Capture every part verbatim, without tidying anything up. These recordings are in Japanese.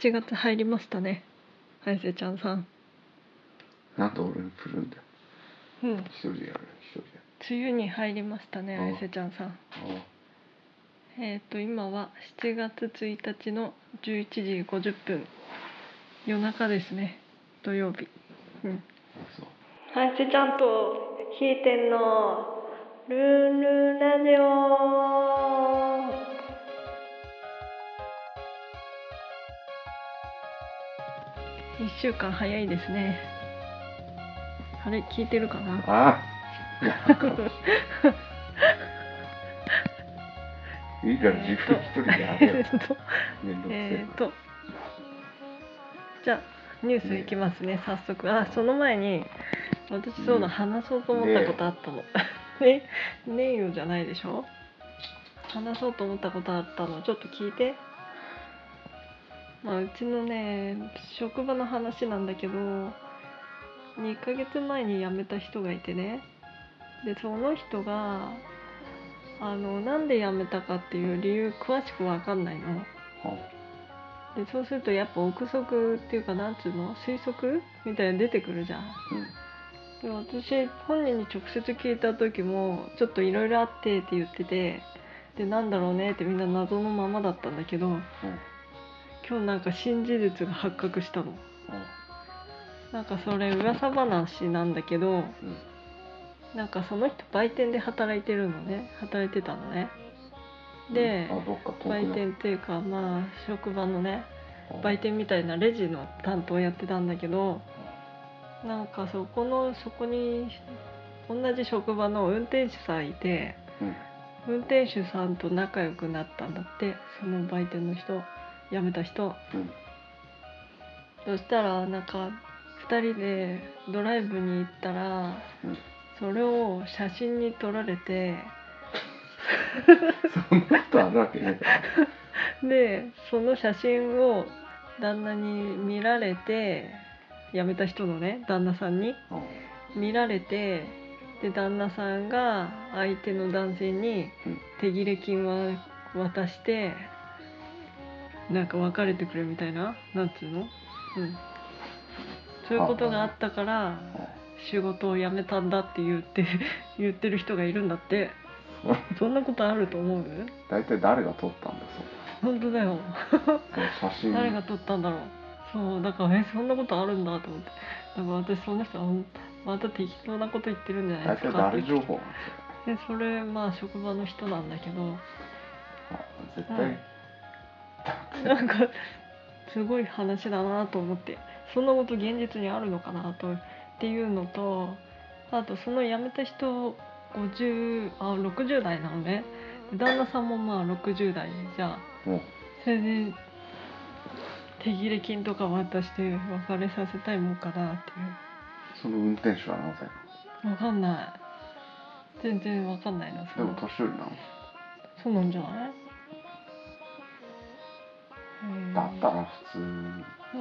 ちがつ入りましたね、早瀬ちゃんさん。 なんで俺に振るんだよ。 うん。 一人でやる、一人で。 梅雨に入りましたね、早瀬ちゃんさん。えっ、ー、と今はしちがつついたちのじゅういちじごじゅっぷん、夜中ですね、土曜日。うん。早瀬ちゃんとひいてんのルンルンラジオ。いっしゅうかん早いですね。あれ聞いてるかな。 あいいから自分一人でやれよ。えっとじゃあニュースいきますね、早速。あ、その前に私そうだ、話そうと思ったことあったの。ねねえよじゃないでしょ。話そうと思ったことあったの、ちょっと聞いて。まあうちのね職場の話なんだけど、にかげつまえに辞めた人がいてね。でその人があのなんで辞めたかっていう理由詳しく分かんないの。でそうするとやっぱ憶測っていうか、なんつうの、推測みたいなの出てくるじゃん。うん、で私本人に直接聞いた時もちょっといろいろあってって言ってて、でなんだろうねってみんな謎のままだったんだけど、うん、今日なんか新事実が発覚したの。うん、なんかそれ噂話なんだけど、うん、なんかその人売店で働いてるのね、働いてたのね。で、うん、売店っていうかまあ職場のね、売店みたいなレジの担当やってたんだけど、なんかそこのそこに同じ職場の運転手さんいて、うん、運転手さんと仲良くなったんだって、その売店の人、辞めた人、うん、そしたらなんかふたりでドライブに行ったら、うん、それを写真に撮られてそんなことあるわけねえでその写真を旦那に見られて、辞めた人のね旦那さんに見られて、で旦那さんが相手の男性に手切れ金は渡して、なんか別れてくれみたいな、なんつうの、うん、そういうことがあったから仕事を辞めたんだって言って言ってる人がいるんだって。そんなことあると思う？ 大体誰が撮ったんだよ、 そ本当だよ写真誰が撮ったんだろう。そうだから、えそんなことあるんだと思って、だから私その人はまた適当なこと言ってるんじゃないですかって。 大体誰情報でそれまあ職場の人なんだけど、 あ絶対、 うん、なんかすごい話だなと思って、そんなこと現実にあるのかなとっていうのと、あとその辞めた人ごじゅうあろくじゅう代なのね。旦那さんもまあろくじゅう代じゃあ、うん、それで手切れ金とか渡して別れさせたいもんかなっていう。 その運転手は何歳なの？わかんない、全然わかんないの。 でも年寄りなの？ そうなんじゃない？ だったら普通、うん、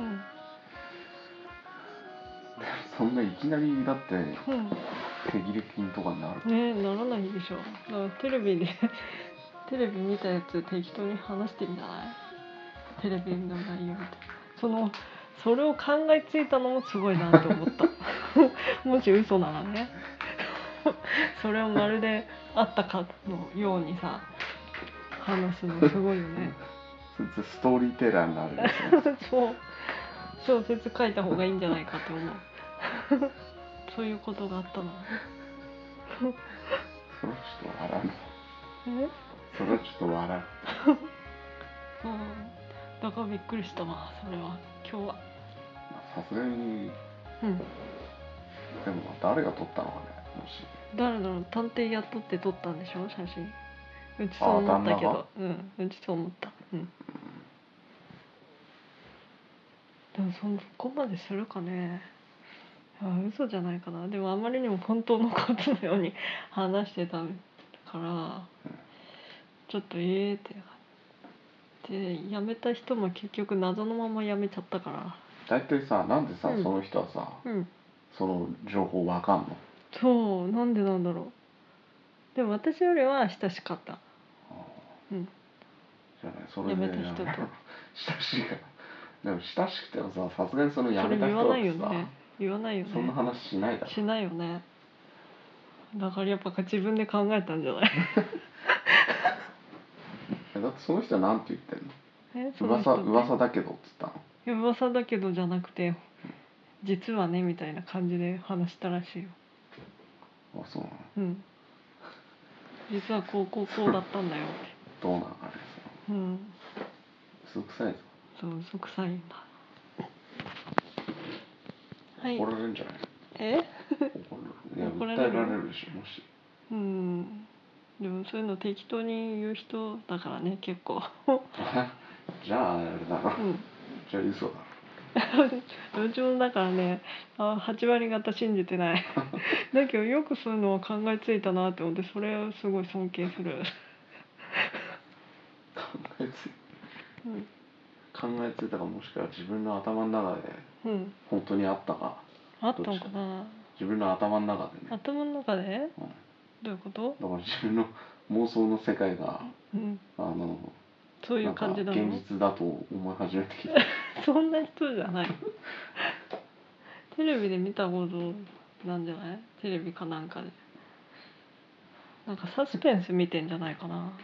そんないきなりだって、うん、手切れ金とかになるね、ならないでしょ。だからテレビでテレビ見たやつ適当に話してんじゃない？テレビの内容で。そのそれを考えついたのもすごいなと思ったもし嘘ならねそれをまるであったかのようにさ話すのすごいよねストーリーテラーになるねそう小説書いた方がいいんじゃないかと思うそういうことがあったのそれちょっと笑うえそれちょっと笑ううんだからびっくりしたわ、それは今日は。 さすがに、うん、でも誰が撮ったのかね、もし。誰だろう、探偵雇って撮ったんでしょ、写真。うちそう思ったけど、うん、うちそう思った。うん。うん、でもそこまでするかね。あ、嘘じゃないかな。でもあまりにも本当のことのように話してたから、うん、ちょっとええー、って。で辞めた人も結局謎のまま辞めちゃったから。 大体さ、なんでさ、うん、その人はさ、うん、その情報わかんの？ そう、なんでなんだろう。でも私よりは親しかった。うん。 じゃない、それで辞めた人と親しいからでも親しくてもさ、さすがにそのやめた人それ言わないよってさ、 ね言わないよねそんな話しないだろ。 しないよね。だからやっぱ自分で考えたんじゃないえだってその人はなんて言ってんの？ えその人噂って噂だけどっつったの？ いや噂だけどじゃなくて実はねみたいな感じで話したらしいよ。 あ、そうなの。 うん実はこうこうこうだったんだよって。 どうなんかね。 うん嘘くさいぞ。 そう嘘くさいんだ。はい怒られるんじゃない？ え怒るいや怒られる訴えられるでしょもし。 うんでもそういうの適当に言う人だからね結構じゃああれだな、 うんじゃあ嘘だうちもだからねあはち割方信じてないだけどよくそういうのを考えついたなって思ってそれをすごい尊敬する考えついうん考えついたか、もしくは自分の頭の中でうん本当にあったか、 あったのかな。 自分の頭の中でね、 頭の中でうん、 どういうこと？ だから自分の妄想の世界が、 うん、 あのそういう感じなの？ なんか現実だと思い始めてきてそんな人じゃないテレビで見たことなんじゃない？テレビかなんかでなんかサスペンス見てんじゃないかな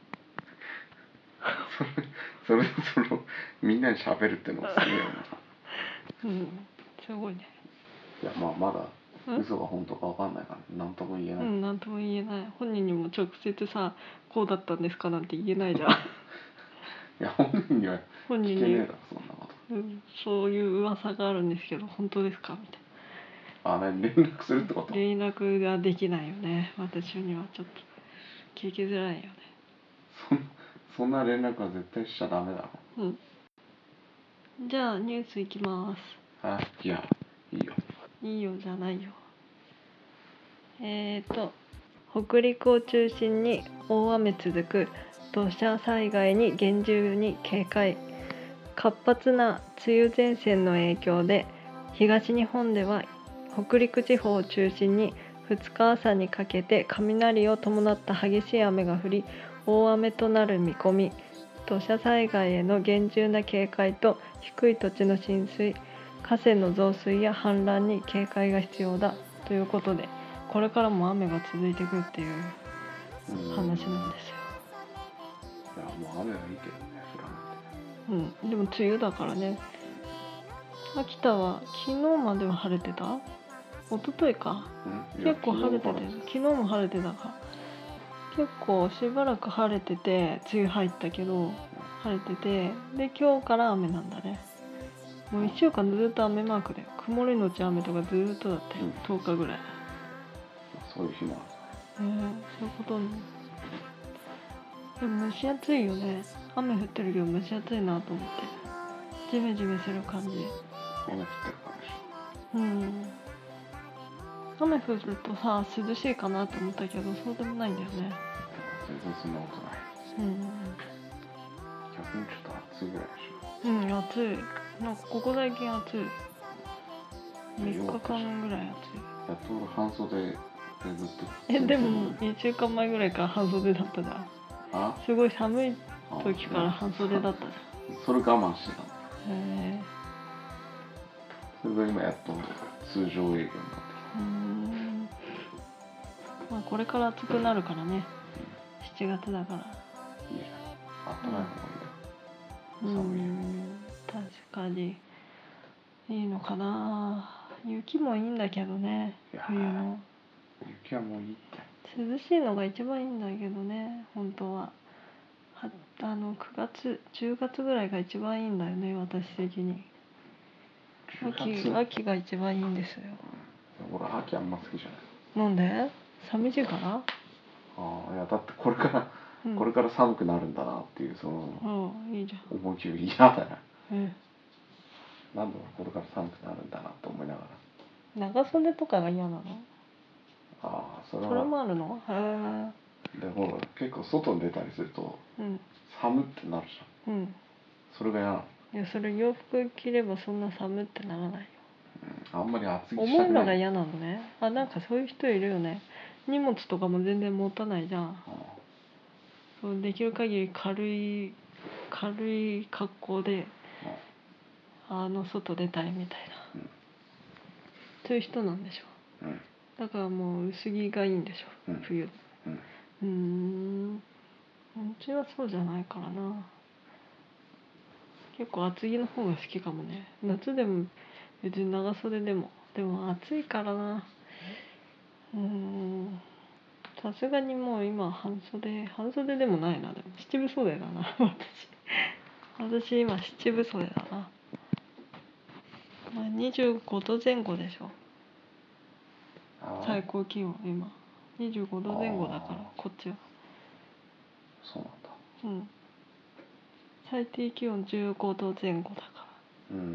それそれそのみんなに喋るってのがすげえよなうんすごいね。 いやまあまだ嘘が本当か分かんないから何とも言えない、 うん何とも言えない。本人にも直接さこうだったんですかなんて言えないじゃんいや本人には聞けねえだろそんなこと、 うん、そういう噂があるんですけど本当ですかみたいな。 あ何連絡するってこと？ 連絡ができないよね私には。ちょっと聞きづらいよね。 そんそんな連絡は絶対しちゃダメだろ。 うんじゃあニュースいきます。 あいやいいよいいよじゃないよ。えーと北陸を中心に大雨続く。土砂災害に厳重に警戒。活発な梅雨前線の影響で東日本では北陸地方を中心にふつか朝にかけて雷を伴った激しい雨が降り大雨となる見込み。土砂災害への厳重な警戒と低い土地の浸水、河川の増水や氾濫に警戒が必要だということで、これからも雨が続いていくっていう話なんですよ。 いやもう雨はいいけどね降らなうん、でも梅雨だからね。秋田は昨日までは晴れてた？一昨日か。 うん、 結構晴れてて、昨日も晴れてたか。結構しばらく晴れてて梅雨入ったけど晴れててで今日から雨なんだね。もういっしゅうかんずっと雨マークで曇りのち雨とかずっとだって、うん、とおかぐらい。 そういう日もある。えー、そういうことに。でも蒸し暑いよね。雨降ってるけど蒸し暑いなと思って。ジメジメする感じ。 雨降ってるからでしょ。 うん。雨降るとさ涼しいかなと思ったけどそうでもないんだよね。 全然そんなことない。 うん。 逆にちょっと暑いぐらいでしょ。うん暑い。なんかここ最近暑い。みっかかんぐらい暑い。やっと半袖でずっと。 えでもいっしゅうかんまえぐらいから半袖だったじゃん。あすごい寒い時から半袖だったじゃん。 それ我慢してたんだ。 へえ。 それが今やっと通常営業になってきた。 うーん。まあこれから暑くなるからね。しちがつだから。 いいじゃん。あったかい方がいいよ。 うん。うん確かにいいのかな。雪もいいんだけどね。冬の。 雪はもういいって。 涼しいのが一番いいんだけどね本当は。はあのくがつじゅうがつぐらいが一番いいんだよね私的に。秋秋が一番いいんですよ。 俺秋あんま好きじゃない。なんで？寂しいから？ああいやだってこれから、うん、これから寒くなるんだなっていうその、うん、いいじゃん思い切り嫌だよ。うん。なんでこれから寒くなるんだなと思いながら。長袖とかが嫌なの？ ああそれはそれもあるの？へえ。でほら結構外に出たりすると、うん、寒ってなるじゃん。うん。それが嫌なの。 いやそれ洋服着ればそんな寒ってならないよ。 うん、あんまり暑い思うのが嫌なのね。あなんかそういう人いるよね。荷物とかも全然持たないじゃん。そうできる限り軽い軽い格好であの外出たいみたいな、 うん、 そういう人なんでしょう、うん、だからもう薄着がいいんでしょ、うん、冬、うん、うーんうちはそうじゃないからな。結構厚着の方が好きかもね。夏でも別に長袖でも、でも暑いからな。うーんさすがにもう今半袖半袖でもないな。でも七分袖だな私私今七分袖だな。まあ、にじゅうごどぜん後でしょ、最高気温今にじゅうごどぜん後だからこっちは。 そうなんだ。 うん、最低気温じゅうごどぜん後だから。うーん、うん、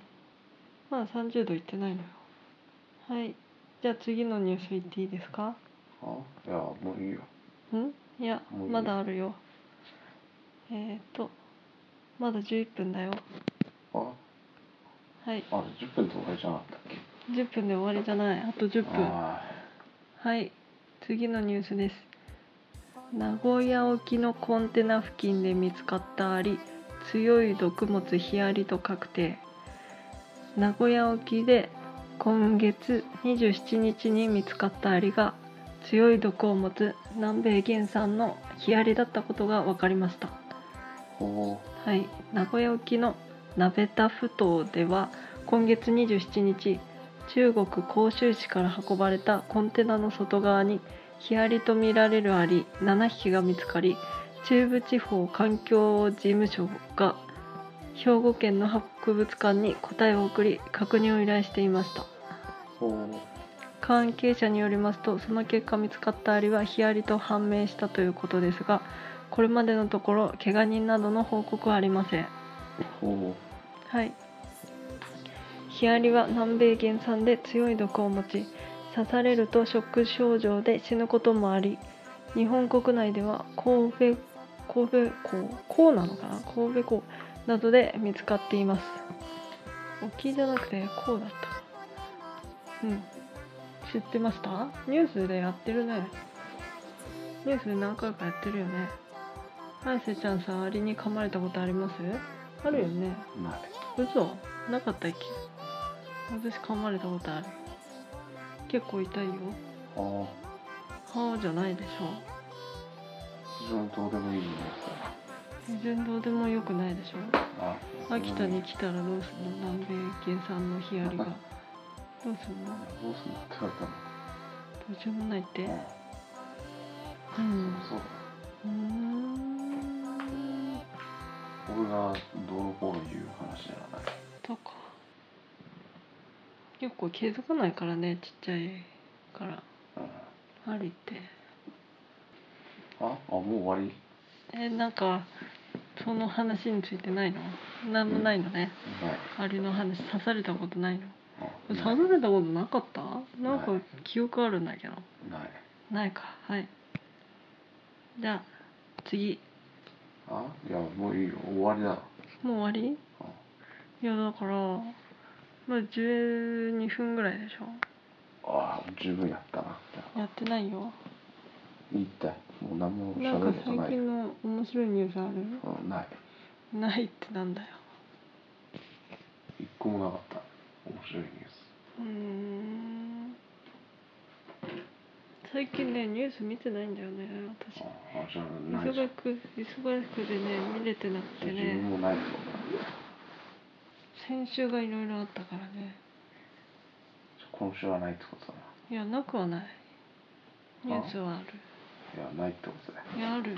まあさんじゅうどいってないのよ。はい、じゃあ次のニュースいっていいですか。 あ、いやもういいよ。 んいやいいまだあるよ。えっ、ー、とまだじゅういっぷんだよ。 あはい。 あじゅっぷんで終わりじゃなかったっけ。 じゅっぷんで終わりじゃない。あとじゅっぷん。はい、次のニュースです。名古屋沖のコンテナ付近で見つかったアリ、強い毒物ヒアリと確定。名古屋沖で今月にじゅうしちにちに見つかったアリが強い毒を持つ南米原産のヒアリだったことが分かりました。はい、名古屋沖の鍋田埠頭では今月にじゅうしちにち、中国広州市から運ばれたコンテナの外側にヒアリとみられるアリななひきが見つかり、中部地方環境事務所が兵庫県の博物館に答えを送り確認を依頼していました。関係者によりますと、その結果見つかったアリはヒアリと判明したということですが、これまでのところ怪我人などの報告はありません。はい、ヒアリは南米原産で強い毒を持ち、刺されるとショック症状で死ぬこともあり、日本国内では神戸神戸港港なのかな神戸港などで見つかっています。沖じゃなくて港だった。うん知ってました？ニュースでやってるね。ニュースで何回かやってるよね。はいせちゃんさ、アリに噛まれたことあります？あるよね。 ない。 嘘？なかったっけ？私噛まれたことある。結構痛いよ。はあ。はあじゃないでしょ。 自分どうでもいいんですか。 自分どうでもよくないでしょ。あ、秋田に来たらどうするの？南米原産のヒアリが。どうするの？ どうするのって言われたの？ どうしようもないって。うん。そうだ。うーん。 俺がどうのこうの言う話じゃない。 とか。結構気づかないからね、ちっちゃいから。うん。アリって。 あ、あ、もう終わり？ え、なんかその話についてないの？なんもないのね。うん、アリの話刺されたことないの？刺されたことなかった？なんか記憶あるんだけど。 ない。ないか。はい。じゃあ次。 あ、いやもういいよ。終わりだ。 もう終わり？いやだからまあじゅうにふんぐらいでしょ。 ああ十分やったな。 やってないよ。 いいって。もう何も喋ることない。なんか最近の面白いニュースある？ うん、ない。 ないってなんだよ。 一個もなかった。面白いニュース。うーん。 最近ねニュース見てないんだよね私。ああじゃあないじゃん。忙しく忙しくでね見れてなくてね。 自分もない。 先週がいろいろあったからね。 今週はないってことだな。 いやなくはない。ニュースはある。 いやないってことだよ。 いやある。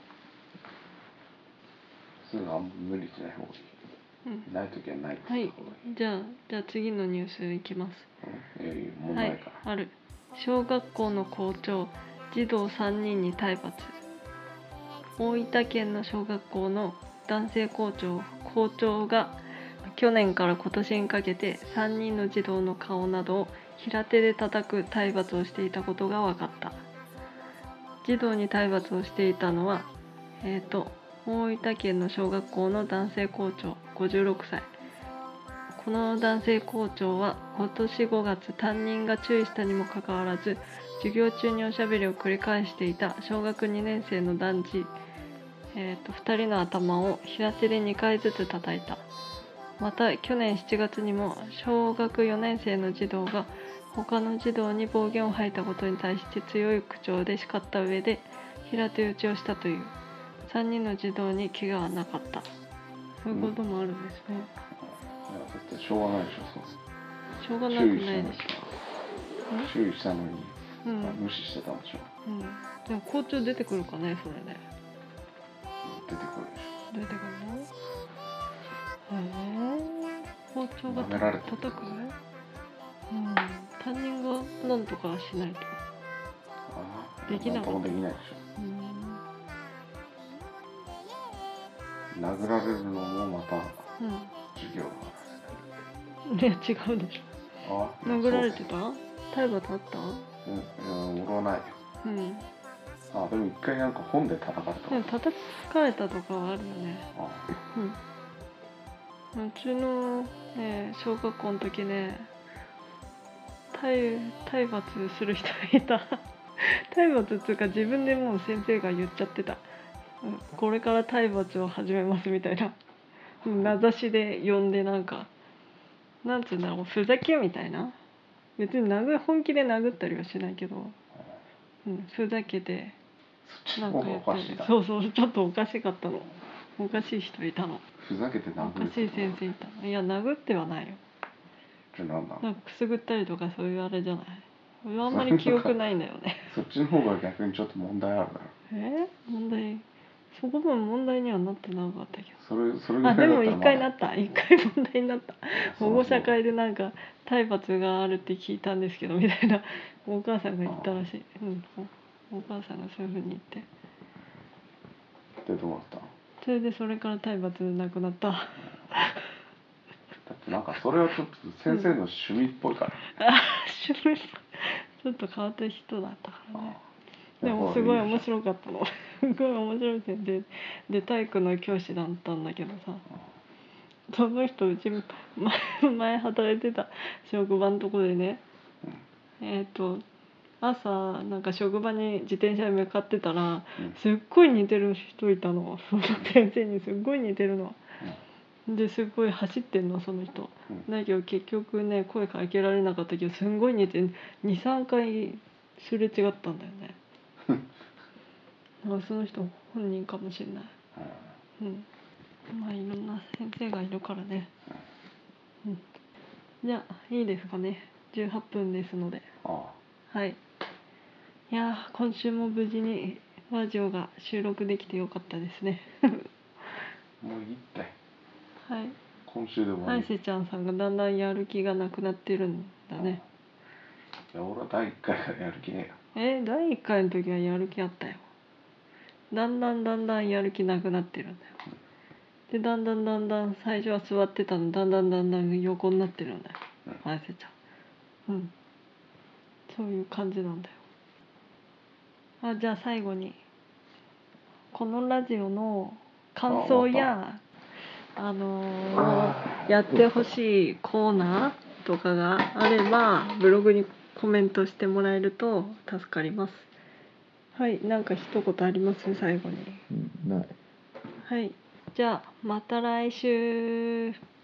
すぐあんま無理しない方がいい。うん、ないときはないってはい。じゃあじゃあ次のニュースいきます。 うん、いやいやもうないから。 はい、ある。小学校の校長、児童さんにんに体罰。大分県の小学校の男性校長、校長が去年から今年にかけてさんにんの児童の顔などを平手で叩く体罰をしていたことが分かった。児童に体罰をしていたのは、えーと、大分県の小学校の男性校長ごじゅうろくさい。この男性校長は今年ごがつ担任が注意したにもかかわらず授業中におしゃべりを繰り返していた小学にねん生の男児、えーと、ふたりの頭を平手でにかいずつ叩いた。 また去年しちがつにも小学よねん生の児童が他の児童に暴言を吐いたことに対して強い口調で叱った上で平手打ちをしたという。さんにんの児童に怪我はなかった。そういうこともあるんですね。 いや絶対しょうがないでしょ。 しょうがなくないでしょ。注意したのに、 うん、 無視してたんでしょ。 うん、でも校長出てくるかねそれね。 出てくるでしょ。 出てくるの？へえ。校長が叩く？うん。担任がなんとかしないと。 ああ、 できない。 なんともできないでしょ。うん。殴られるのもまた授業がある。ね、違うでしょ。あ、殴られてた？体罰あった？ うん、いや、俺はないよ。 うん。 あ、でも一回なんか本で叩かれた。 でも叩かれたとかはあるよね。ああ、うん。うちの、ね、小学校の時ね、体体罰する人がいた。体罰っていうか自分でもう先生が言っちゃってた。これから体罰を始めますみたいな。名指しで呼んでなんか、なんつうんだろう、ふざけみたいな。別に殴本気で殴ったりはしないけど、うん、ふざけてなんかやったり。そうそう、ちょっとおかしかったの。おかしい人いたの。 ふざけて殴る。 おかしい先生いたの。いや殴ってはないよ。 なんだ。 なんかくすぐったりとかそういうあれじゃない。あんまり記憶ないんだよね。 そっちの方が逆にちょっと問題あるだろ。 えー、問題。そこも問題にはなってなかったけど。 それそれぐらいだったら、まあ、あでも一回なった一回問題になった。保護者会でなんか体罰があるって聞いたんですけどみたいなお母さんが言ったらしい。うん、お母さんがそういうふうに言って。 でどうなった？ それでそれから体罰なくなった。だってなんかそれはちょっと先生の趣味っぽいから。 うん、あ、趣味ちょっと変わった人だったからね。でもすごい面白かったの。すごい面白い先生で体育の教師だったんだけどさ、その人うち前前働いてた職場のところでね、えっと朝なんか職場に自転車で向かってたらすっごい似てる人いたの。その先生にすっごい似てるの。ですごい走ってんのその人。だけど結局ね声かけられなかったけどすんごい似てる。にさんかいすれ違ったんだよね。その人本人かもしれない。うん。まあいろんな先生がいるからね。うん。じゃあいいですかね。じゅうはっぷんですので。ああ、はい。いや今週も無事にラジオが収録できてよかったですね。 もういいって。 はい。 今週でもいい。 はい、せちゃんさんがだんだんやる気がなくなってるんだね。 いや俺はだいいっかいからやる気ねえよ。えだいいっかいの時はやる気あったよ。だんだんだんだんやる気なくなってるんだよ。でだんだんだんだん最初は座ってたのだんだんだんだん横になってるんだよ。あせちゃん。うん。そういう感じなんだよ。あ、じゃあ最後にこのラジオの感想やあのー、やってほしいコーナーとかがあればブログにコメントしてもらえると助かります。はい、なんか一言あります最後に。 ない。 はい、じゃあまた来週。